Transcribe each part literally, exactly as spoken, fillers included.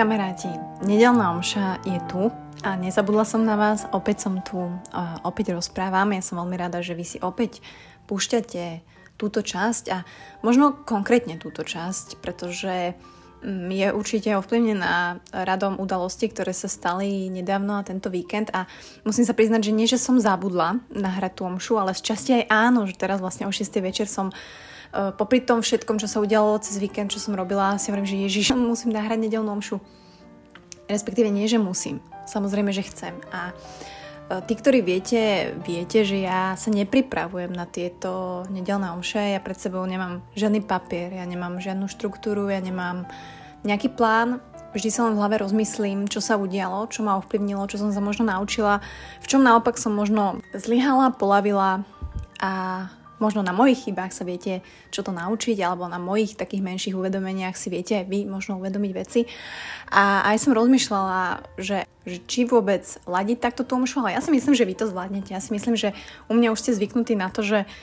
kamaráti, nedeľná omša je tu a nezabudla som na vás, opäť som tu, uh, opäť rozprávam, ja som veľmi rada, že vy si opäť púšťate túto časť a možno konkrétne túto časť, pretože um, je určite ovplyvnená radom udalostí, ktoré sa stali nedávno a tento víkend a musím sa priznať, že nie, že som zabudla nahrať tú omšu, ale z časti aj áno, že teraz vlastne o šiestej večer som Uh, popri tom všetkom, čo sa udialo cez víkend, čo som robila, si hovorím, že Ježiš, musím nahrať nedeľnú omšu. Respektíve nie, že musím. Samozrejme, že chcem. A uh, tí, ktorí viete, viete, že ja sa nepripravujem na tieto nedeľné omše. Ja pred sebou nemám žiadny papier, ja nemám žiadnu štruktúru, ja nemám nejaký plán. Vždy sa len v hlave rozmyslím, čo sa udialo, čo ma ovplyvnilo, čo som sa možno naučila, v čom naopak som možno zlyhala, polavila a možno na mojich chybách sa viete čo to naučiť, alebo na mojich takých menších uvedomeniach si viete aj vy možno uvedomiť veci. A aj som rozmýšľala, že, že či vôbec ladiť takto tú omšu, ale ja si myslím, že vy to zvládnete. Ja si myslím, že u mňa už ste zvyknutí na to, že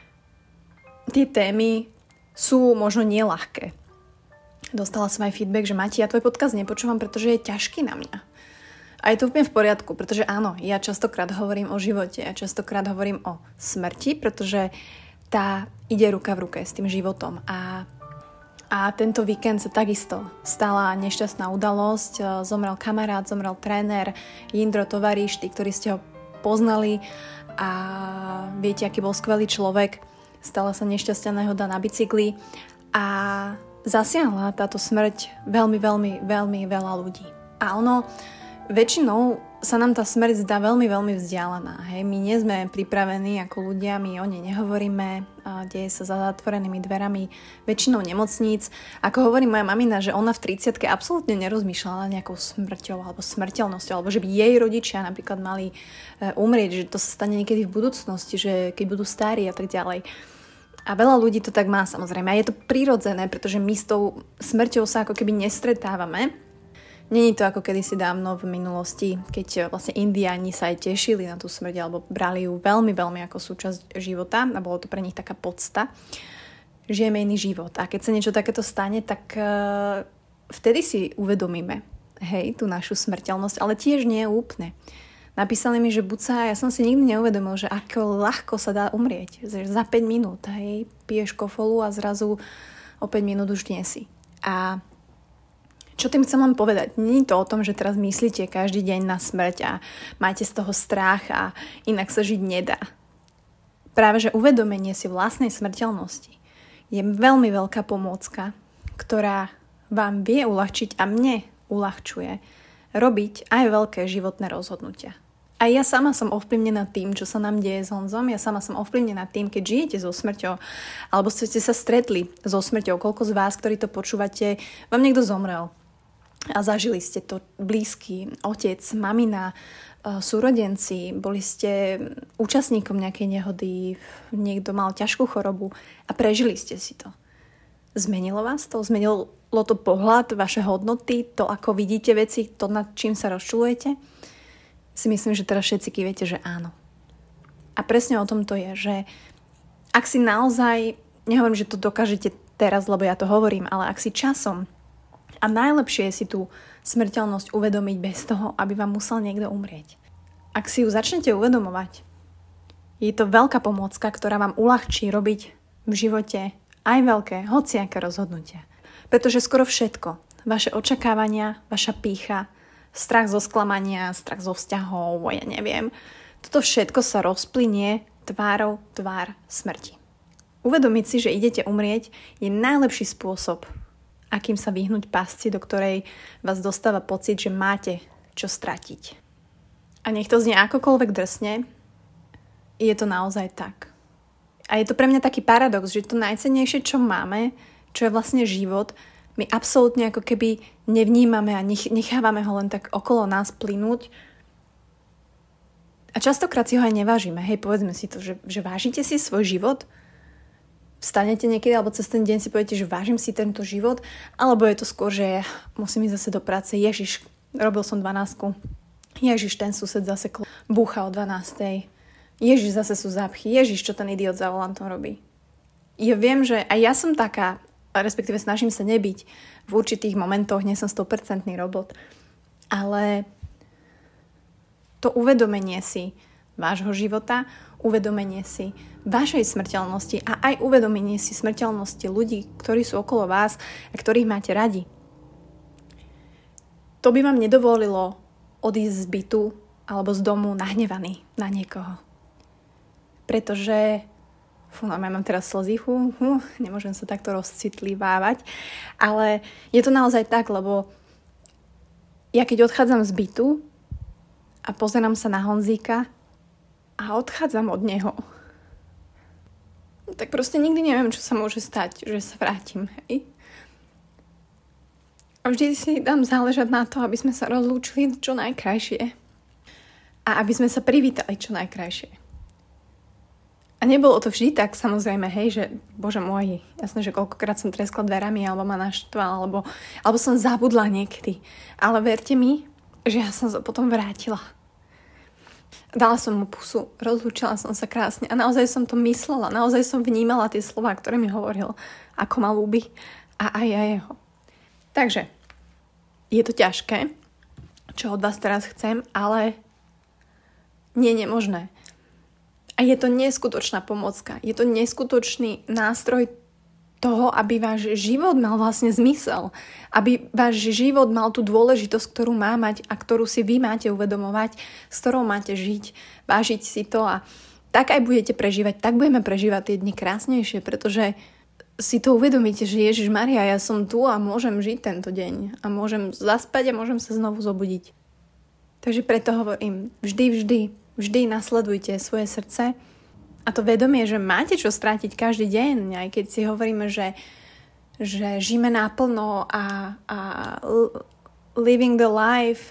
tie témy sú možno nieľahké. Dostala som aj feedback, že Mati, ja tvoj podcast nepočúvam, pretože je ťažký na mňa. A je to úplne v poriadku, pretože áno, ja častokrát hovorím o živote, ja častokrát hovorím o smrti, pretože tá ide ruka v ruke s tým životom. A, a tento víkend sa takisto stala nešťastná udalosť. Zomrel kamarát, zomrel tréner, Jindro Tovariš, tí, ktorí ste ho poznali a viete, aký bol skvelý človek. Stala sa nešťastná nehoda na bicykli a zasiahla táto smrť veľmi, veľmi, veľmi veľa ľudí. A ono väčšinou sa nám tá smrť zdá veľmi, veľmi vzdialená. Hej? My nie sme pripravení ako ľudia, my o nej nehovoríme, deje sa za zatvorenými dverami väčšinou nemocníc. Ako hovorí moja mamina, že ona v tridsiatke absolútne nerozmýšľala nejakou smrťou alebo smrteľnosťou, alebo že by jej rodičia napríklad mali umrieť, že to sa stane niekedy v budúcnosti, že keď budú starí a tak ďalej. A veľa ľudí to tak má, samozrejme. A je to prirodzené, pretože my s tou smrťou sa ako keby nestretávame. Není to ako kedysi dávno v minulosti, keď vlastne Indiáni sa aj tešili na tú smrť alebo brali ju veľmi, veľmi ako súčasť života a bolo to pre nich taká podsta. Žijeme iný život a keď sa niečo takéto stane, tak uh, vtedy si uvedomíme, hej, tú našu smrteľnosť, ale tiež nie je úplne. Napísali mi, že buca, ja som si nikdy neuvedomil, že ako ľahko sa dá umrieť. Za päť minút, hej, piješ kofolu a zrazu o päť minút už nie si. A čo tým chcem len povedať? Nie je to o tom, že teraz myslíte každý deň na smrť a máte z toho strach a inak sa žiť nedá. Práve, že uvedomenie si vlastnej smrteľnosti je veľmi veľká pomôcka, ktorá vám vie uľahčiť a mne uľahčuje robiť aj veľké životné rozhodnutia. A ja sama som ovplyvnená tým, čo sa nám deje s Honzom. Ja sama som ovplyvnená tým, keď žijete so smrťou alebo ste sa stretli so smrťou. Koľko z vás, ktorí to počúvate, vám niekto zomrel a zažili ste to blízky, otec, mamina, súrodenci, boli ste účastníkom nejakej nehody, niekto mal ťažkú chorobu a prežili ste si to. Zmenilo vás to? Zmenilo to pohľad, vaše hodnoty, to, ako vidíte veci, to, nad čím sa rozčulujete? Si myslím, že teraz všetci viete, že áno. A presne o tom to je, že ak si naozaj, nehovorím, že to dokážete teraz, lebo ja to hovorím, ale ak si časom a najlepšie je si tú smrteľnosť uvedomiť bez toho, aby vám musel niekto umrieť. Ak si ju začnete uvedomovať, je to veľká pomôcka, ktorá vám uľahčí robiť v živote aj veľké, hociaké rozhodnutia. Pretože skoro všetko, vaše očakávania, vaša pýcha, strach zo sklamania, strach zo vzťahov, ja neviem, toto všetko sa rozplynie tvárou tvár smrti. Uvedomiť si, že idete umrieť, je najlepší spôsob, akým sa vyhnúť pasci, do ktorej vás dostáva pocit, že máte čo stratiť. A nech to znie akokoľvek drsne, je to naozaj tak. A je to pre mňa taký paradox, že to najcennejšie, čo máme, čo je vlastne život, my absolútne ako keby nevnímame a nechávame ho len tak okolo nás plynúť. A častokrát si ho aj nevážime. Hej, povedzme si to, že, že vážite si svoj život? Vstanete niekedy, alebo cez ten deň si poviete, že vážim si tento život, alebo je to skôr, že musím ísť zase do práce, Ježiš, robil som dvanástku, Ježiš, ten sused zase kl- búcha o dvanástej, Ježiš, zase sú zápchy, Ježiš, čo ten idiot za volantom robí. Ja viem, že aj ja som taká respektíve snažím sa nebyť v určitých momentoch, nie som sto percent robot, ale to uvedomenie si vášho života, uvedomenie si vašej smrteľnosti a aj uvedomenie si smrteľnosti ľudí, ktorí sú okolo vás a ktorých máte radi. To by vám nedovolilo odísť z bytu alebo z domu nahnevaný na niekoho. Pretože, fú, no, mám teraz slzy, hú, hú, nemôžem sa takto rozcitlivávať, ale je to naozaj tak, lebo ja keď odchádzam z bytu a pozerám sa na Honzíka a odchádzam od neho, tak proste nikdy neviem, čo sa môže stať, že sa vrátim, hej? A vždy si dám záležať na to, aby sme sa rozlúčili čo najkrajšie. A aby sme sa privítali čo najkrajšie. A nebolo to vždy tak, samozrejme, hej, že bože môj, jasné, že koľkokrát som treskla dverami, alebo ma naštval, alebo, alebo som zabudla niekedy. Ale verte mi, že ja som sa potom vrátila. Dala som mu pusu, rozlúčila som sa krásne a naozaj som to myslela, naozaj som vnímala tie slová, ktoré mi hovoril, ako ma ľúbi a aj ja jeho. Takže, je to ťažké, čo od vás teraz chcem, ale nie je nemožné. A je to neskutočná pomocka. Je to neskutočný nástroj toho, aby váš život mal vlastne zmysel. Aby váš život mal tú dôležitosť, ktorú má mať a ktorú si vy máte uvedomovať, s ktorou máte žiť, vážiť si to a tak aj budete prežívať, tak budeme prežívať tie dni krásnejšie, pretože si to uvedomíte, že Ježiš Maria, ja som tu a môžem žiť tento deň a môžem zaspať a môžem sa znovu zobudiť. Takže preto hovorím, vždy, vždy, vždy nasledujte svoje srdce a to vedomie, že máte čo strátiť každý deň, aj keď si hovoríme, že, že žijeme naplno a, a living the life,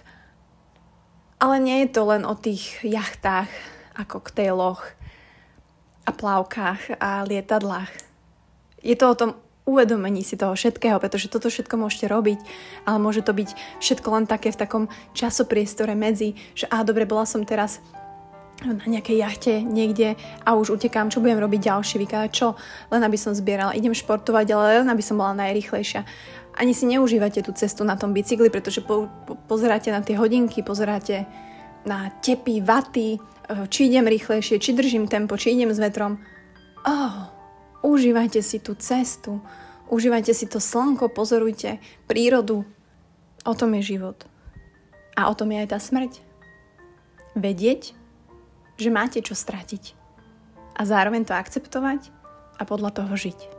ale nie je to len o tých jachtách a koktejloch a plavkách a lietadlách. Je to o tom uvedomení si toho všetkého, pretože toto všetko môžete robiť, ale môže to byť všetko len také v takom časopriestore medzi, že á, dobre, bola som teraz na nejakej jachte niekde a už utekám, čo budem robiť ďalšie, vykávať čo? Len aby som zbierala, idem športovať, ale len aby som bola najrýchlejšia. Ani si neužívate tú cestu na tom bicykli, pretože po, po, pozeráte na tie hodinky, pozeráte na tepy, vaty, či idem rýchlejšie, či držím tempo, či idem s vetrom. Oh, užívajte si tú cestu, užívajte si to slnko, pozorujte prírodu. O tom je život. A o tom je aj tá smrť. Vedieť, že máte čo stratiť. A zároveň to akceptovať a podľa toho žiť.